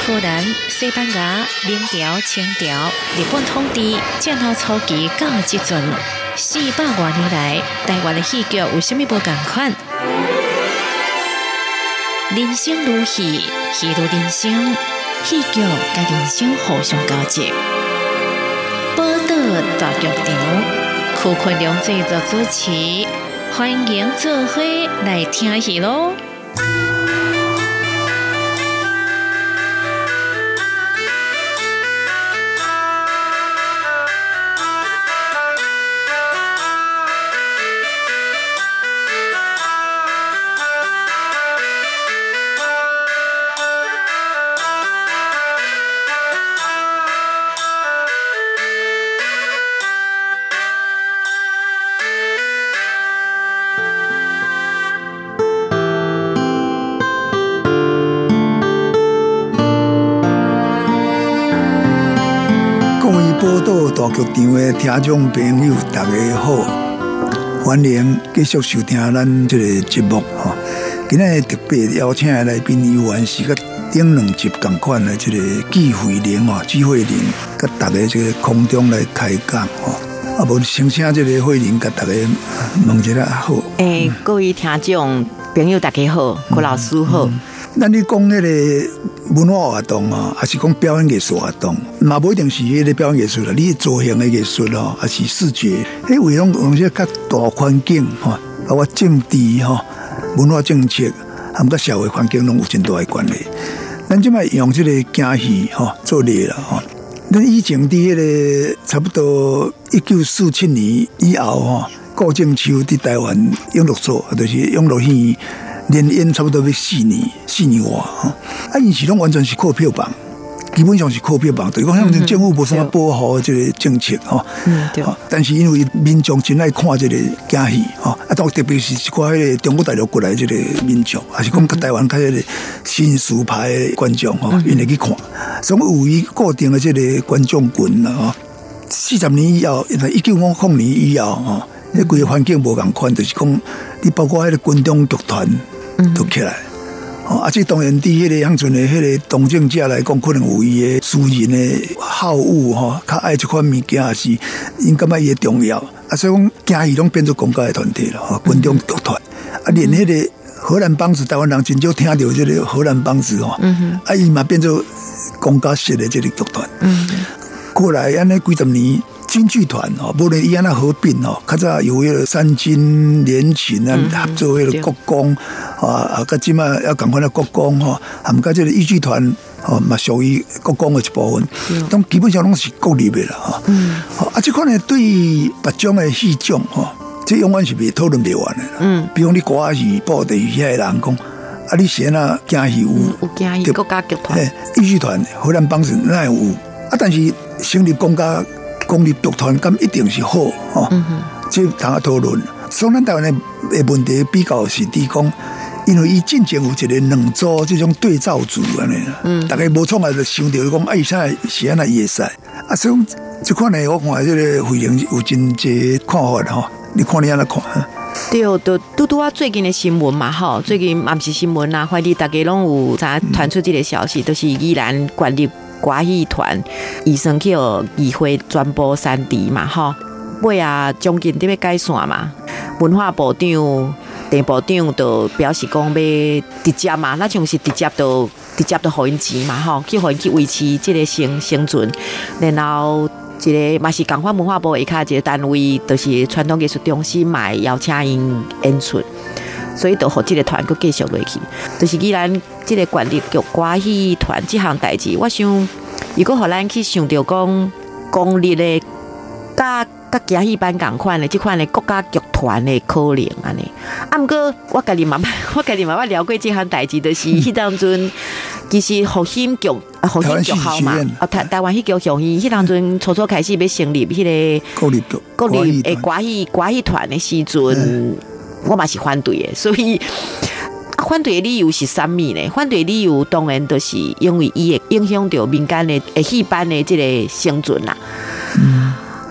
荷兰、西班牙、明朝、清朝、日本统治战后初期到即阵，400多年来，台湾的戏剧有啥物无共款？人生如戏，戏如人生，戏剧甲人生互相交织。宝岛大剧场，邱坤良制作主持，欢迎做伙来听戏咯！ 宝岛大剧场的听众朋友，大家好，欢迎继续收听咱这个节目哈。今日特别邀请的来宾，依然是甲顶两集同款的这个纪慧玲哦，纪慧玲，甲大家这个空中来开讲哦。啊，无先请这个慧玲，甲大家问一下好。 各位听众朋友，大家好，郭老师好。 咱你讲那个文化活动啊，还是讲表演艺术活动，嘛不一定是那个表演艺术啦，你造型的艺术咯，还是视觉，迄为用些较大环境哈，包括政治哈、文化政策，含甲社会环境拢有真大的关系。咱即摆用这个京戏哈做例啦哈，咱以前伫迄个差不多1947年以后哈，顾正秋伫台湾永乐所，就是永乐戏。连演差不多要4年外哈，因是拢完全是靠票房，基本上是靠票房，就是讲像政府无什么保护这个政策哈。对。但是因为民众真爱看这个京戏哈，特别是一寡迄个中国大陆过来这个民众，还是讲台湾开个新书派的观众哈，因会去看，所以有伊固定的这个观众群啦哈。40年以后，1950年以后哈，迄规个环境无共款，就是讲你包括迄个军中剧团。都起来，这当然对迄个乡村的迄个当政者来讲，可能有伊的私人的好恶哈，较爱这款物件也是，因感觉伊的重要。所以讲京戏拢变做公家的团体了，军中剧团。连迄个荷兰梆子，台湾人真少听到这个荷兰梆子哈，伊嘛变做公家式的这个剧团。过来安尼几十年。京剧团哦，无论伊安那合并哦，较早有迄个三军联勤啊，合作迄个国光啊，甲即马要赶快来国光吼，含甲即个豫剧团哦，嘛属于国光的一部分，拢基本上拢是国立的啦哈。即款呢对别种的戏种吼，这永远是袂讨论袂完的啦。比如你歌戏、布袋戏遐个人讲，你先啊京戏有京戏国家剧团， 豫剧团、荷兰梆子那有但是成立公立剧团咁一定是好哦，这大家讨论。所以咱台湾的问题比较是伫讲，因为伊进前有一个两组这种对照组安尼，大家无创啊就想到讲，伊现在是安那会使所以这款呢，我看这个慧玲有真济看法吼，你看你安怎看？ 对，就拄啊最近的新闻嘛吼，最近嘛不是新闻啦，反正大家拢有查传出这个消息，都是依然管理。歌戏团医生去议会宣布删除嘛吼，尾啊将近得要改线嘛，文化部长、陈部长就表示讲要直接嘛，那像是直接就互因钱嘛吼，去互因去维持这个生存，然后一个嘛是共款文化部下骹一个单位，就是传统艺术中心嘛邀请因演出。所以就互这个团佮继续落去，就是既然这个管理局歌戏团这项代志，我想如果互咱去想到讲公立的甲京戏班同款的这款的国家剧团的可能安尼。不过我家己慢慢了解这项代志，就是迄当阵其实复兴局校嘛，台湾戏剧学院迄当阵初开始要成立迄个国立的歌戏团的时阵。我嘛是反对的，所以反对的理由是啥物呢？反对理由当然就是因为伊会影响到民间的戏班的这个生存啦。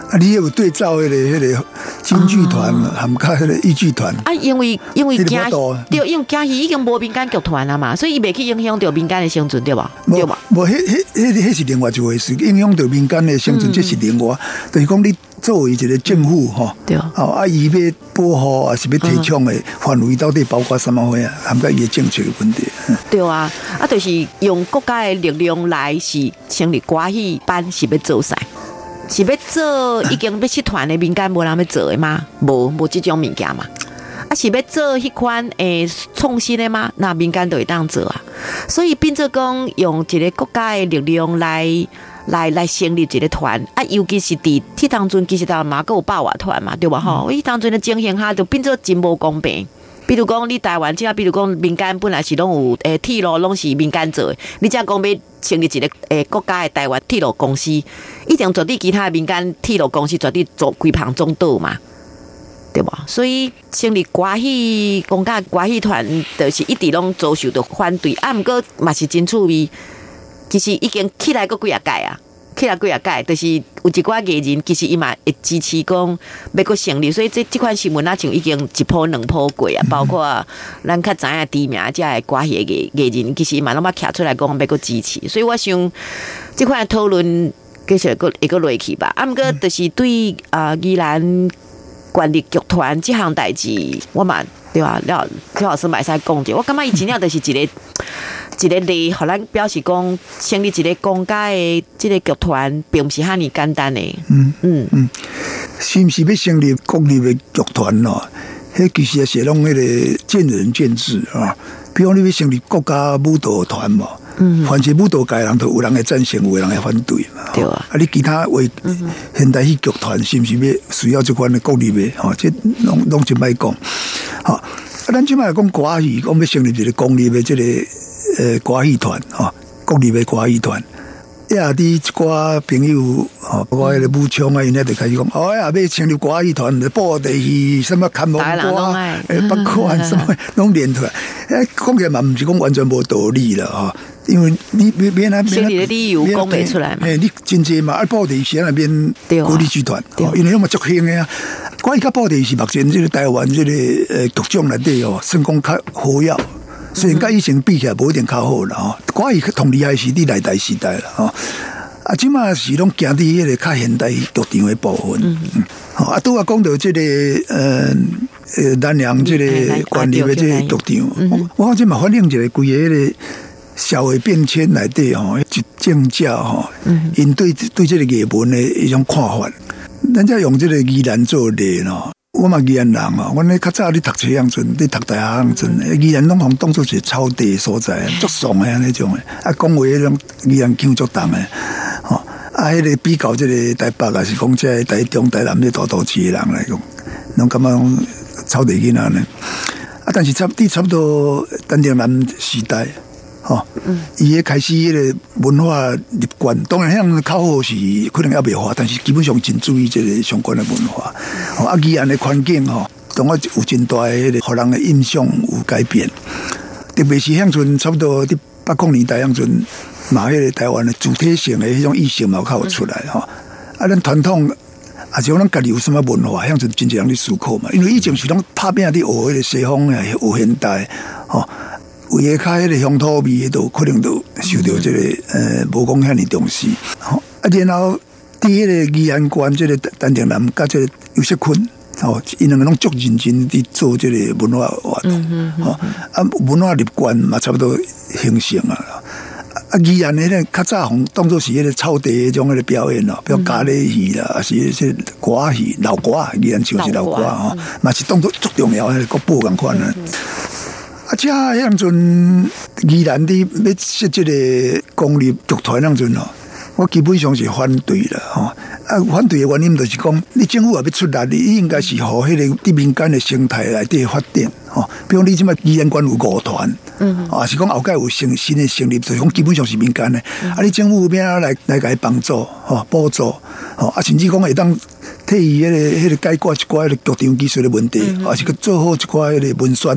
啊，你有对照迄个京剧团含甲迄个豫剧团啊，因为惊对，因为惊戏已经无民间剧团了嘛，所以伊袂去影响到民间的生存，对吧？对吧？ 无，迄是另外一回事，影响到民间的生存，这是另外。就是讲你作为一个政府吼， 对， 啊，伊要保护还是要提倡的范围到底包括什么货啊？含甲伊的政策的问题。 对啊，啊，就是用国家的力量来是成立歌戏班，是要做啥？是要做已经要去团的民间无人要做的吗？无这种物件嘛。啊，是要做迄款创新的吗？那民间都会当做啊。所以变做讲用一个国家的力量来成立一个团啊，尤其是伫迄当阵，其实台嘛，还有霸王团嘛，对吧？吼，迄当阵的情形下就变做真无公平。比如讲，你台湾即比如讲民间本来是拢有铁路拢是民间做的，你只讲要成立一个国家的台湾铁路公司，一定绝对其他的民间铁路公司绝对做规旁中倒嘛，对吧？所以成立歌戏公家歌戏团，就是一直拢遭受到反对，啊，毋过嘛是真趣味，其实已经起来过几啊届啊。起来几啊届，就是有一寡艺人，其实伊嘛会支持讲要搁成立，所以这款新闻啊，像已经一波两波过啊，包括咱较知影知名这个歌戏的艺人，其实伊嘛拢捌徛出来讲要搁支持，所以我想这款讨论继续会搁落去吧。啊，毋过就是对宜兰管理剧团这项代志，我嘛对吧？邱老师嘛会使讲者，我感觉伊真正就是一个例，互咱表示讲成立一个公家的这个剧团，并不是遐尼简单的。 是不是要成立国立的剧团咯？迄其实也是拢迄个见仁见智啊。比如你要成立国家舞蹈团嘛，凡是舞蹈界人，都有人会赞成，有人会反对嘛。 对啊。 啊，你其他为现代戏剧团是不是要需要这款的国立的？吼，这拢真歹讲。好，啊，咱即摆讲歌戏，讲要成立一个公立的这个。歌戏团吼，国立的歌戏团，也啲一寡朋友吼，包括迄个武昌啊，因咧就开始讲，哦呀，要成立歌戏团，布袋戏什么看蒙歌，北款什么拢练出来。讲起来嘛，唔是讲完全无道理啦吼，因为你免啊， 心里的理由讲袂出来嘛。 你真济嘛，布袋戏那边国立剧团，因为那么足兴的啊。歌戏甲布袋戏目前这个台湾这个局长内底哦，算讲较好要。虽然甲以前比起来无一定较好啦吼，歌戏同厉害是伫内代时代啦吼，啊，即马是拢行伫迄个较现代剧场的部分，啊，拄啊讲到这个南洋这个管理的这个剧场，我看即嘛反映一个规个迄个社会变迁内底吼，一政教吼，因对这个艺文的一种看法，咱才用这个宜兰做例咯。我嘛宜兰人嘛，我咧较早咧读册样阵，咧读大学样阵，宜兰拢互当作是草地所在，足爽诶那种诶。啊，讲话迄种宜兰腔足重诶，吼啊，迄个比较这个台北啊，是讲这台中、台南这大都市诶人来讲，拢感觉讲草地囡仔呢。啊，但是差不多陈定南时代。吼，伊个开始迄个文化入关，当然向较好是可能也未化，但是基本上真注意这个相关的文化。吼，啊，宜兰的环境吼，当我有真大的迄个，互人的印象有改变。特别是向阵差不多伫80年代向阵，嘛迄个台湾的主体性的迄种意识嘛较有出来吼。啊，咱传统啊，是讲咱家己有什么文化，向阵真侪人去思考嘛。因为以前是拢拍拼伫学迄个西方啊，学现代吼。为个较迄个乡土味，都可能都受到这个无讲遐尼重视。啊，然后伫迄个宜兰县这个陈定南甲这个尤锡坤，哦，因两个拢足认真伫做这个文化活动，啊，文化入关嘛，差不多形成啊。啊，宜兰迄个较早红当作是迄个草地迄种迄个表演咯，比如咖喱戏啦，还是迄些歌戏、老歌，宜兰唱是老歌吼，嘛是当作足重要迄个国宝共款啊。啊，这样阵宜兰的要设这个公立剧团样阵哦，我基本上是反对了吼。啊，反对的原因就是讲，你政府也要出力，你应该是予迄个伫民间的生态内底发展吼。比如你即摆宜兰县有舞团，啊是讲后盖有新的成立，就是讲基本上是民间的。啊，你政府要来甲伊帮助吼，补助吼，啊甚至讲会当替伊迄个解决一寡迄个剧场技术的问题，啊是去做好一寡迄个文宣。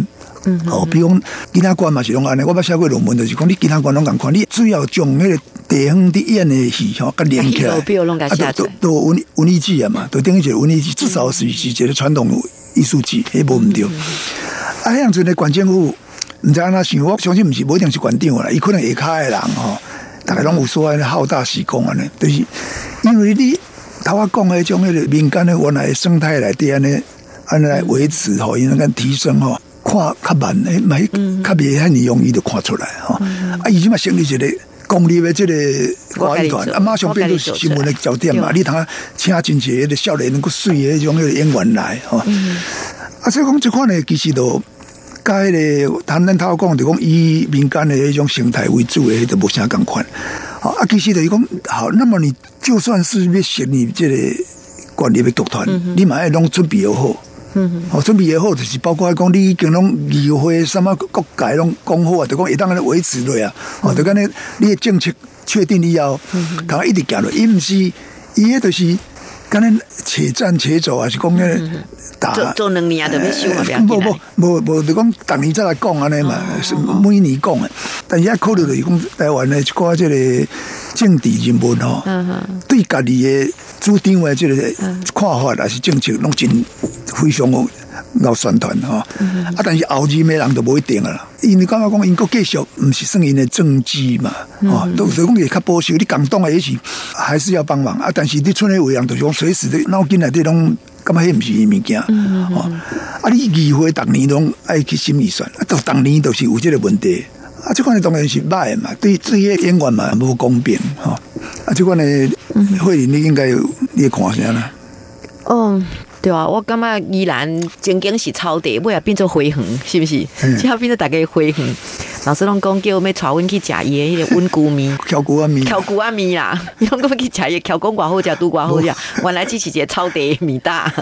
比如讲其他官嘛是拢安尼，我捌写过论文，就是讲你其他官拢共款，你只要将迄个地方伫演的戏甲连起来，都文艺剧啊嘛，都等于一个文艺剧，至少是一个传统艺术剧，迄无毋对。迄样阵的县政府，毋知安怎想，我相信毋是无一定是县长啦，伊可能下骹的人大家拢有所谓的好大喜功安尼，就是因为你头我讲迄种迄个民间的原来的生态内底安尼来维持因那个提升看较慢嘛，较袂遐尼容易就看出来伊即嘛成立一个公立的这个歌艺团，马上变做新闻的焦点嘛。你通请真侪个少年能够水的迄种演员来所以讲这款呢，其实都甲迄个咱头讲，就讲以民间的迄种生态为主的，都无啥共款。其实就是讲好，那么你就算是要成立这个管理的剧团，你嘛要拢准备好。准备也好，就是包括讲你已经拢议会什么各界拢讲好啊，就讲会当维持落啊。就讲你的政策确定以后，他一直行落，伊毋是伊迄就是敢若且战且走啊，是讲打做2年就要收嘛， 无就讲逐年再来讲安尼嘛，是每年讲的。但是考虑就是讲台湾的一寡这个政治人物对家己的主张的这个看法还是政策，拢真非常老宣传但是后任的人就不一定了，因为刚刚讲因国继续不是算因的政绩嘛，都是讲也较保守，你港党也是还是要帮忙但是你村里委员就是讲随时的脑筋内底拢感觉迄不是伊物件你议会逐年拢爱去审预算都逐年都是有这个问题这款当然是歹嘛，对这些演员嘛不公平这款的会议你应该有你看啥啦？ 对啊，我感觉宜兰曾经是草地，尾也变做花园，是不是？只要变做大家花园。老师拢讲叫要带阮去食伊的迄个温姑面、 荞菇仔面、 荞菇仔面啦，伊拢讲去食伊荞菇偌好食，拄偌好食。原来只是一个草地面搭。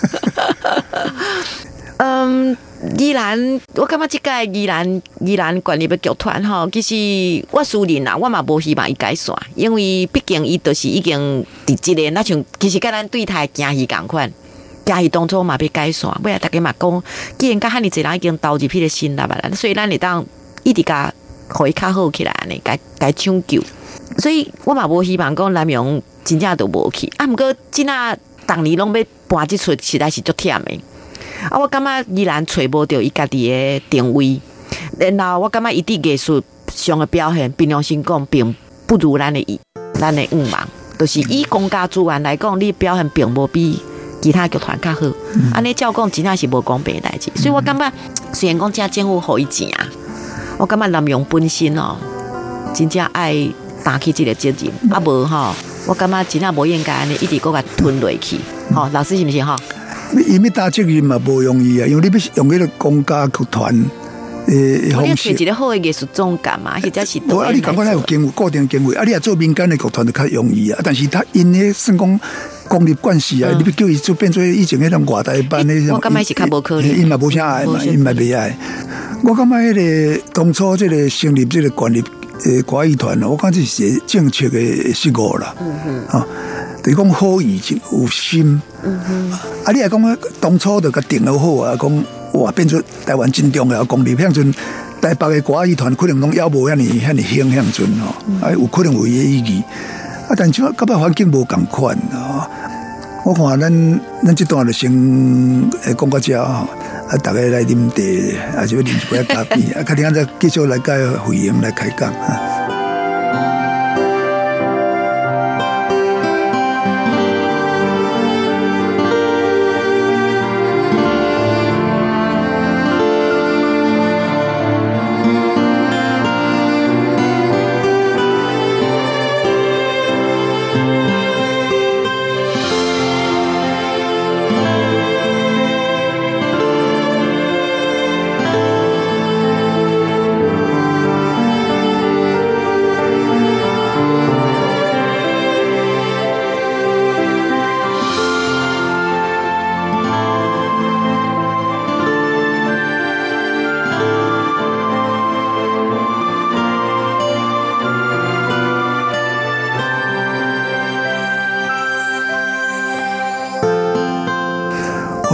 宜兰，我感觉这届宜兰管理的剧团其实我私人我嘛无希望伊改线，因为毕竟伊就是已经伫即个，那像其实甲咱对台行戏共款。嘉义当初嘛要改线，尾大家嘛讲，既然甲遐尼侪人已经投入迄个心力啦，所以咱会当一直甲互伊较好起来呢，该抢救。所以我嘛无希望讲南洋真正都无去，毋过真啊，逐年拢要搬即出，实在是足忝的。我感觉依然找无到伊家己的定位，然后我感觉伊伫艺术上的表现，凭良心讲，并不如咱的五芒，就是以公家资源来讲，你表现并无比其他剧团较好，安尼照讲真正是无公平的代志。所以我感觉，虽然讲政府互伊钱我感觉南洋本身真正爱担起这个责任，无我感觉真正无应该安尼一直搁甲吞落去。老师是不是因为担责任嘛无容易因为你要用迄个公家剧团方式， 你找一个好的艺术总监嘛，或者是你感觉有固定经费你也做民间的剧团就较容易但是他因迄算讲公立关系你要叫伊就变做以前迄种外台班我感觉是较无可能， 因嘛无啥爱嘛，因嘛袂爱。我感觉迄个当初这个成立这个管理歌艺团我感觉是政策的失误啦。就是讲好意有心。你也讲当初就甲定好好讲哇变做台湾真重要公立，向阵台北的歌艺团可能拢要无遐尼兴向阵有可能有伊的意义。但是感觉环境无共款我看咱这段就先讲到这大家来啉茶，就要啉一杯咖啡确定再继续来甲会员来开讲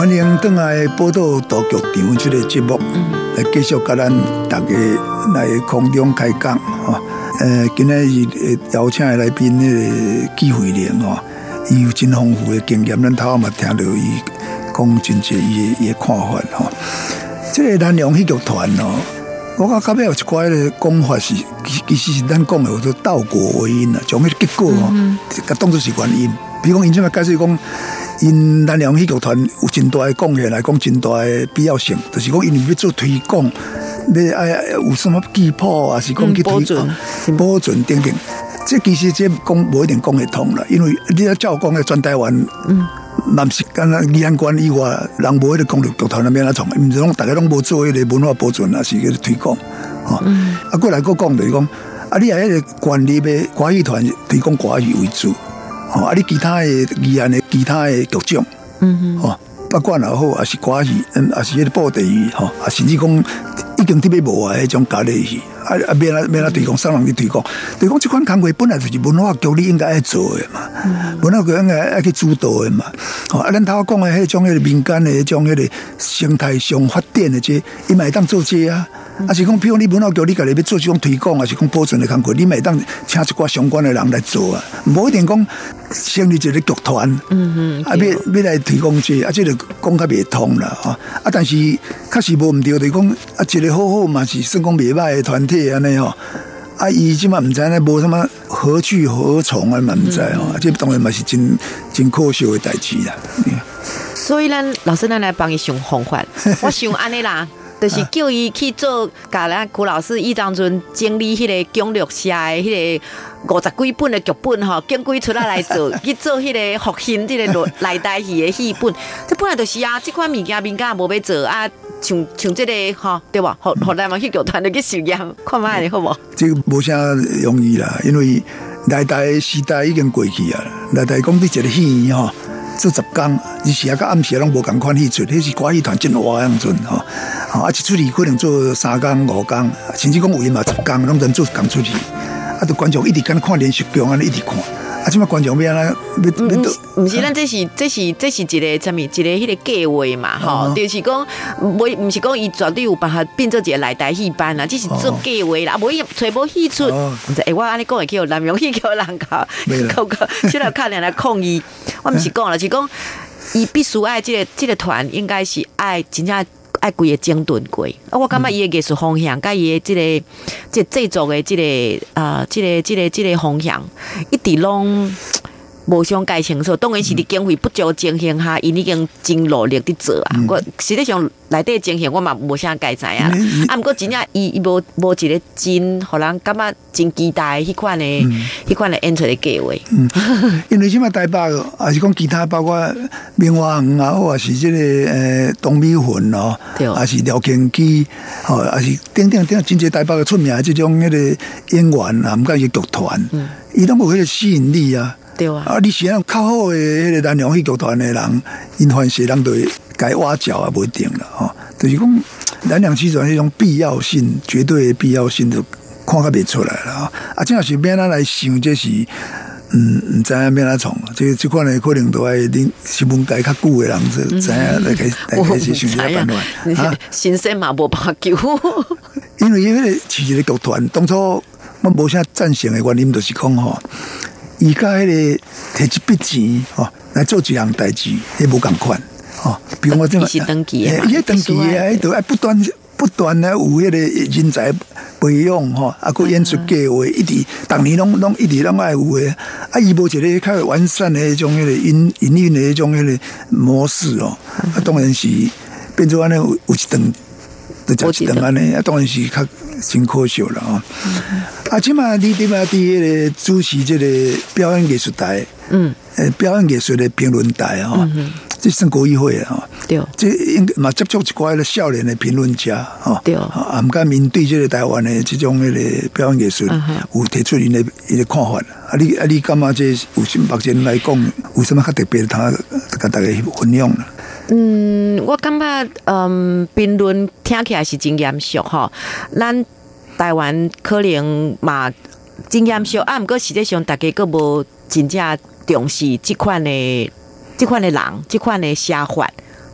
欢迎回来报道大剧场这个节目，来继续跟咱大家来空中开讲哈。今天是邀请的来宾那个纪惠玲哦，伊有真丰富的经验，咱头嘛听到伊讲真侪伊的看法哈。这个南洋戏剧团哦，我感觉有一寡的讲法是，其实是咱讲的叫做倒果为因啊，将迄个结果哦，甲当作是原因。比如讲，因即摆解释讲。因南洋戏剧团有真大的贡献来讲，真大的必要性，就是讲因为要做推广，要有什么技巧啊，是讲去推广、保存等等。这其实这讲无一定讲得通啦，因为你要照讲的全台湾，嘛不是干那宜兰县以外，人无迄个公立剧团那边来创，毋是讲大家拢无做迄个文化保存啊，是去推广，啊，过来个讲就是讲，啊，你系迄个管理的歌剧团推广歌剧为主。啊！你其他的宜兰的其他的剧种，不管也好，也是歌戏，也是迄个布袋戏，啊，甚至讲已经特别无啊，迄种咖喱戏，免来推广，上人去推广。推广这款工作本来就是文化局你应该要做的嘛，文化局应该要去主导的嘛。啊，咱头讲的迄种迄个民间的迄种迄个生态上发展的这，伊嘛会当做这啊。啊是讲，比如你文化局你家己要做这种推广，还是讲保存的工作，你嘛会当请一寡相关的人来做啊，无一定讲成立一个剧团，啊，要来推广这，啊，这个讲较袂通啦，啊，但是确实无毋对，就是讲啊，一个好嘛是算讲袂歹的团体安尼吼，啊，伊即嘛毋知呢无什么何去何从啊嘛毋知吼，这当然嘛是真可惜的代志啦。 所以咱老师咱来帮伊想方法，我想安尼啦。就是叫伊去做，甲咱古老师伊当阵整理迄个讲录社的迄个50几本的剧本吼，剪几出来做，去做迄个复兴这个内台戏的戏本。这本来就是啊，这款物件民间无要做啊，像这个吼，对吧？互咱嘛去剧团就去实验，看卖的好无？ 这个无啥容易啦，因为内台时代已经过去啊，内台讲你一个戏吼。做10天，日时啊，甲暗时拢无共款戏出，迄是歌剧团真活样阵吼，啊，一出戏可能做3天5天，甚至讲有因嘛10天，拢人做共出戏，啊，就观众一直敢看连续剧安尼一直看，啊，即马观众要安怎？ 毋是，咱这是一个什么？一个迄个计划嘛，吼，就是讲，毋是讲伊绝对有办法变做一个内台戏班啦，只是做计划啦，无伊揣无戏出，毋知我安尼讲会去，南洋戏叫人搞，现在看人来抗议。我毋是讲啦，是讲伊必须爱这个团，应该是爱真正爱规个整顿过。啊，我感觉伊的艺术方向，甲伊的这制作的这个方向，一直拢无相解清楚。当然是伫经费不足情形下，因已经真努力伫做啊。我实际上内底情形我嘛无啥解知啊。啊，毋过真正伊无一个真，互人感觉真期待迄款的演出的计划。 因为即马台北还是讲其他包括明华园啊，或者是这个东美魂哦，还是廖庆基，哦，还是等真侪台北的出名的这种迄个演员啊，毋甲伊剧团，伊拢有迄个吸引力啊。对啊，你想较好的迄个南洋戏剧团的人，因凡是人都会该挖角啊，不一定了吼。就是讲南洋戏剧团迄种必要性，绝对的必要性就看较袂出来了啊。这样是免咱来想，这是唔知影免哪创，这款的可能都系恁新闻界较久的人知影来开始想这办法啊。 新生嘛无办法救， 因为迄个是一个剧团，当初我无啥赞成的原因，就是讲吼。伊甲迄个摕一笔钱吼来做一项代志，迄无共款吼。比如我这个， 伊登记的， 伊登记的，迄都爱不断的有迄个人才培养吼，啊，佮演出计划，一直逐年拢一直拢爱有诶。啊，伊无一个较完善的迄种迄个营运的迄种迄个模式哦。啊，当然是变做安尼有一顿。就食一顿安尼，啊，当然是较真可惜了啊！啊，即马你伫迄个主持这个表演艺术台，表演艺术的评论台哈，这算国议会啊，对，这应该嘛接触一寡个少年的评论家哈，对，啊，毋敢面对这个台湾的这种迄个表演艺术，有提出因的看法。啊，你感觉这有什目前来讲，有什么较特别，他跟大家分享呢？ 我感觉，评论听起来是真严肃吼。咱台湾可能嘛真严肃，啊，毋过实际上大家佫无真正重视这款的人，这款的写法。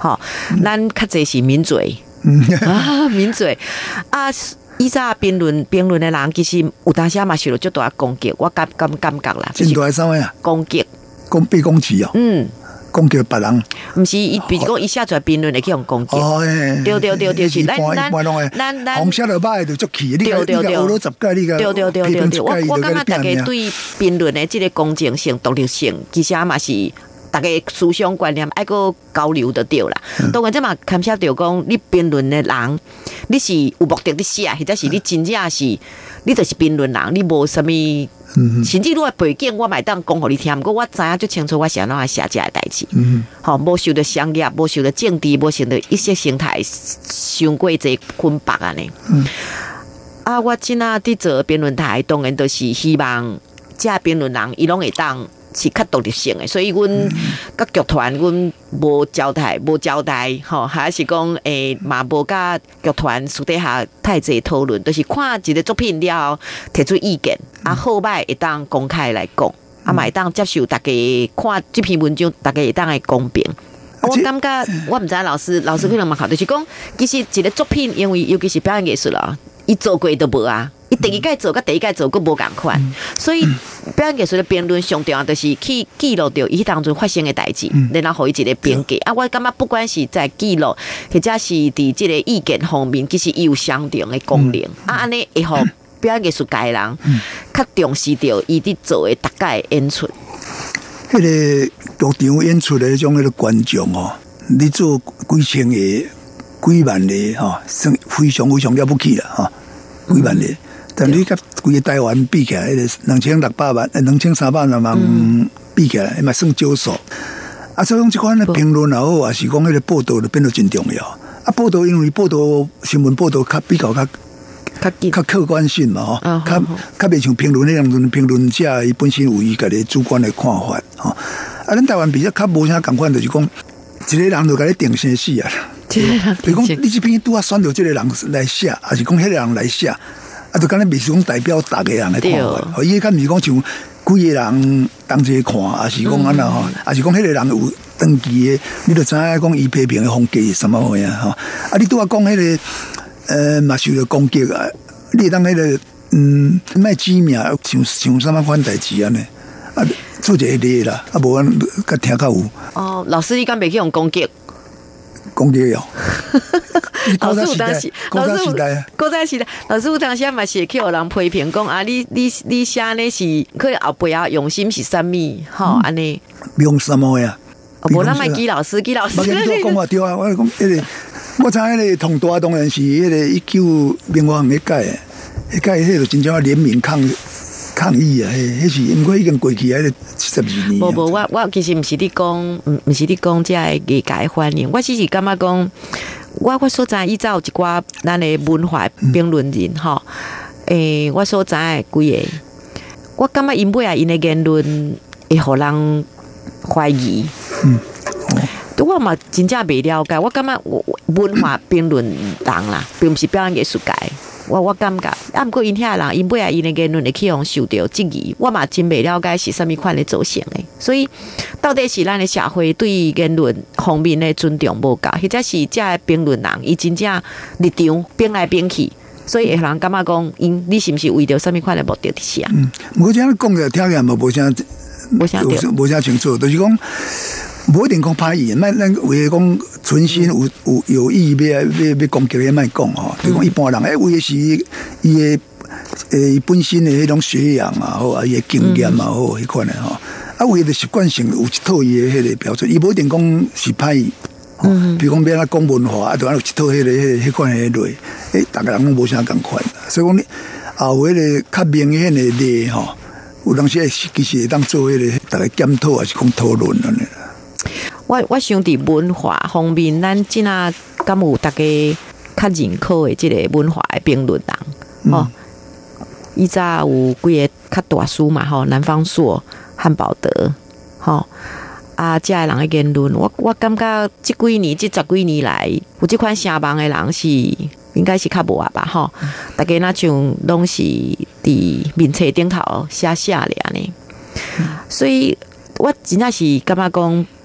吼，咱较侪是民嘴，民嘴啊。以前评论的人，其实有当时嘛受到足大攻击，我感觉啦。 真大啥物啊？ 攻击， 被攻击哦。攻击别人， 毋是伊，比如讲伊写出来评论会去用攻击。对，是咱红色的歹就足气，你对， 对， 我感觉大家对评论的这个公正性、独立性，其实嘛是。大家思想观念爱个交流就对啦。当然，这嘛牵涉到讲你评论的人，你是有目的的写，或者是你真正是你就是评论人，你无什么，甚至你的背景我嘛当讲互你听，不过我知影最清楚我是安怎来写这个代志。好，无受到商业，无受到政治，无受到意识形态伤过这捆绑安尼。啊，我今仔伫做评论台，当然都是希望这评论人伊拢会当。是较独立性的，所以阮甲剧团阮无交代，吼，还是讲嘛无甲剧团私底下太济讨论，就是看一个作品了后提出意见，好歹会当公开来讲，嘛会当接受大家看这篇文章，大家会当来公平。我感觉我毋知老师可能蛮好，就是讲其实一个作品，因为尤其是表演艺术啦，伊做过都无啊。伊第二届做，甲第一届做，佫无共款，所以表演艺术的辩论上重要，就是去记录到伊当中发生的代志，然后予伊一个评价。我感觉不管是在记录，或者是伫即个意见方面，其实伊有相同的功能。安尼会互表演艺术界人较重视到伊伫做的大概演出。 迄个剧场演出的迄种观众哦，你做几千个、几万个哈，非常了不起啦哈，几万个。但你甲规个台湾比起来，2600万、2300万比起来，嘛算少数。所以讲这款的评论也好，还是讲迄个报道就变得真重要。报道因为新闻报道比较客观性嘛，吼，较袂像评论那样，评论者伊本身有伊家己主观的看法，吼。咱台湾比较无啥共款，就是讲一个人就甲你定生死啊。比如讲，你这边拄啊选到这个人来写，还是讲迄个人来写？就敢若袂是讲代表大家人的看法，伊敢毋是讲像几个人同齐看，还是讲安那吼，还是讲迄个人有登记的，你就知影讲伊批评的风格是什么货呀吼。你拄啊讲迄个嘛受到攻击啊，你当迄个卖指名像什么款代志安尼做一个例啦，无咱甲听较有。 老师你敢袂去用攻击？ 攻击哟！ 老师有当时，老师有当时嘛是去有人批评讲啊，你写呢是可能后背啊用心是啥物？吼安尼用什么呀？ 无咱卖记老师。我讲话对啊，我讲迄个，我知迄个同大当然是迄个19民国行迄届，迄个真正联名抗议啊！迄是，不过已经过去迄个72年。 无，我其实毋是你讲这个艺界反应，我只是感觉讲，我所知依照一寡咱的文化评论人吼，我所知的几个，我感觉因尾啊因的言论会互人怀疑。我嘛真正袂了解，我感觉文化评论人啦，并不是表演艺术界。我感觉，不过因遐人，因尾啊，因的言论会去用受到质疑，我嘛真袂了解是啥物款的造成的。所以，到底是咱的社会对于言论方面的尊重无够，或者是这个评论人，伊真正立场变来变去，所以会让人感觉讲，你是不是为着啥物款的目的伫写？ 我这样讲的，听起来嘛无啥清楚，就是讲。无一定讲歹意，咱为讲存心有意要攻击，莫讲吼。就讲一般人，为的是伊的伊本身的迄种学养啊，或伊的经验啊，或迄款的吼。为的习惯性有一套伊的迄个标准，伊无一定讲是歹意。比如讲要讲文化，就有一套迄款的类，大家人拢无啥共款。所以讲你后迄个较明显的例吼，有当时其实会当做迄个大家检讨，还是讲讨论安尼。 我想伫文化方面，咱即啊敢有大家较认可的即个文化的评论人吼。以前有几个较大书嘛吼，南方朔、汉堡德吼这个人的言论，我感觉这10几年来，有这款声望的人是应该是较无啊吧吼。大家那像拢是伫面册顶头写尔呢，所以我真正是感觉讲。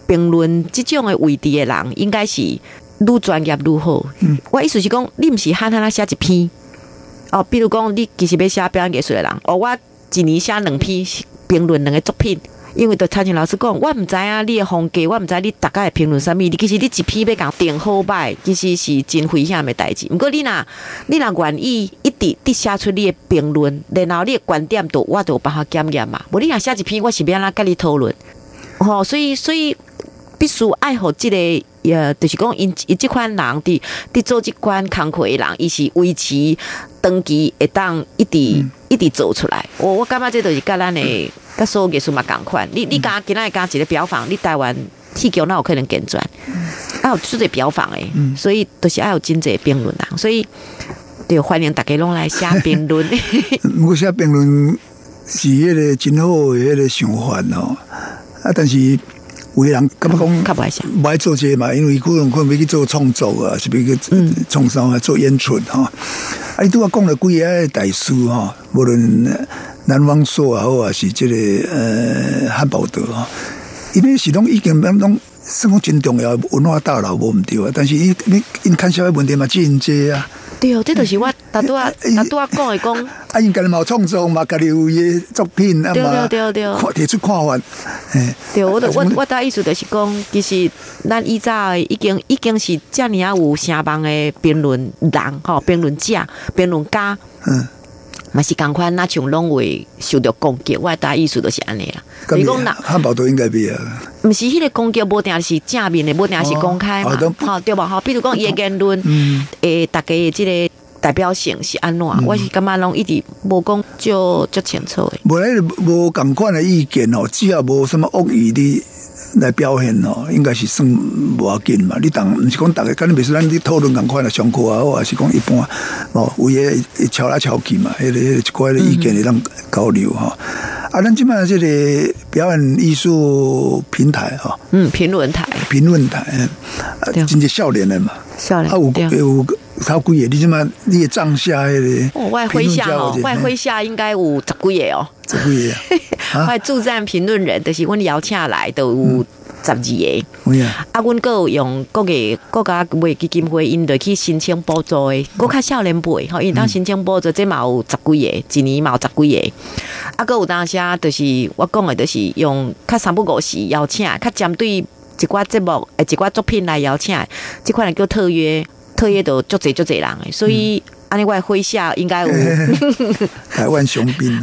评论这种的位置的人，应该是愈专业愈好。我意思是讲，你毋是喊他写一篇哦，比如讲你其实要写表演艺术的人，哦，我一年写2篇评论2个作品。因为对参选老师讲，我唔知啊，你的风格，我唔知你大概会评论啥物。你其实你一篇要讲定好歹，其实是真危险的代志。不过你若愿意一直写出你的评论，然后你的观点度，我就有办法检验嘛。无你若写一篇，我是要安怎跟你讨论？哦，所以必须爱护这个。就是讲，因这款人伫做这款工课的人，伊是维持长期会当一直做出来。我感觉这就是甲咱的甲所有艺术嘛同款。你今仔一个表坊，你台湾戏剧哪有可能健全？有做者表坊的，所以都是要有真侪评论人，所以对欢迎大家拢来写评论。 不过写评论是迄个真好的迄个想法哦，但是。有的人感觉讲不爱做这嘛，因为可能要去做创作啊，是不去创伤啊，做演出哈。啊，你拄啊讲了几个大师哈，无论南方朔也好，还是这个汉堡德哈，因为是拢已经拢算讲真重要的文化大佬无毋对啊，但是因看社会问题嘛真济啊。 对哦，这就是我大拄啊讲的讲。 啊，因家己嘛创作嘛，家己有伊作品啊嘛，对，提出看法。 对，我的意思就是讲，其实咱以早已经是遮尔啊有声望的评论人吼，评论者、评论家，嘛是同款，那像拢会受到攻击。我的意思就是安尼啦。 你讲汉堡都应该比啊， 毋是迄个攻击，无定是正面的，无定是公开嘛，吼对吧？吼，比如讲伊的言论，大家的这个代表性是安怎？我是感觉拢一直无讲足清楚的。 无同款的意见哦，只要无什么恶意的来表现哦，应该是算无要紧嘛。你当毋是讲大家，敢你袂说咱咧讨论同款的上课啊，或是讲一般哦，有诶敲来敲去嘛，迄个一寡的意见会当交流哈。啊，咱即摆这个表演艺术平台哈， 评论台， 真侪少年的嘛， 少年有超几个，你即摆你的帐下迄个， 我麾下应该有10几个哦 ，10几个我驻站评论人，就是阮邀请来都有12个。啊，阮还有用各家为基金会，因就去申请补助的，搁较少年辈吼，因当申请补助，这嘛有10几个，一年嘛有10几个。啊，搁有当时就是我讲的，就是用较3不5时邀请，较针对一寡节目、一寡作品来邀请，这款叫特约都足侪人的，所以。安尼我麾下应该有百万雄兵，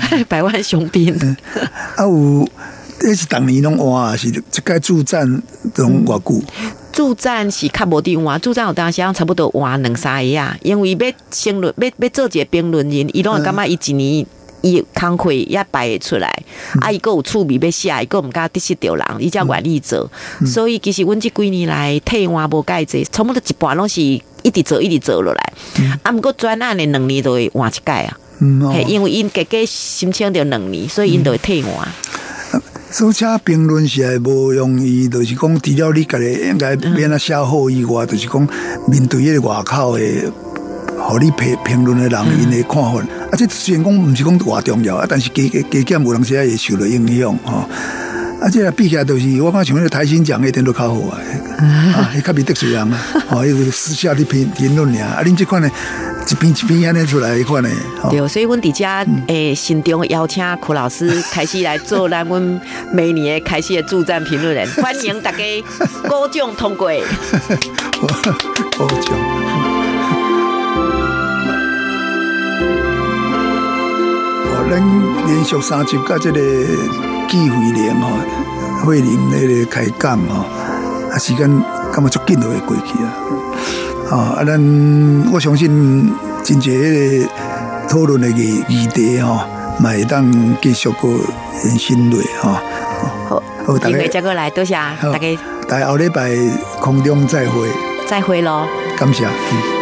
有，那是当年拢换，是这个驻站拢偌久？ 驻站是较无伫换，驻站有当时差不多换2-3个啊，因为要评论，要做一个评论人，伊拢会感觉伊一年。伊工课也摆会出来，伊还有趣味要写，伊还毋敢得失着人，伊才愿意做。所以其实阮这几年来替换无介济，差不多一半拢是一直做落来。毋过专案的2年都会换一届啊。因为因加申请着2年，所以因就会替换。 所以写评论是还无容易，就是讲除了你家己应该免啊写好以外，就是讲面对迄个外口的。互你评论的人因的看法，这虽然讲毋是讲偌重要，但是加减有人时会受到影响吼。这个比起来就是我感觉像那个台新奖一点都较好啊，较比得罪人啊，伊私下的评论尔，恁这款呢一篇安尼出来一款呢。 对，所以阮伫遮慎重邀请柯老师开始来做咱阮每年开始的驻站评论人，欢迎大家高奖通过。 高奖。咱连续3集甲这个纪慧玲慧玲那个开讲啊，时间感觉足紧就会过去啊。咱我相信真侪迄个讨论的议题嘛会当继续个延伸落好，大家再过来，多谢大家。 大家后礼拜空中再会咯， 感谢。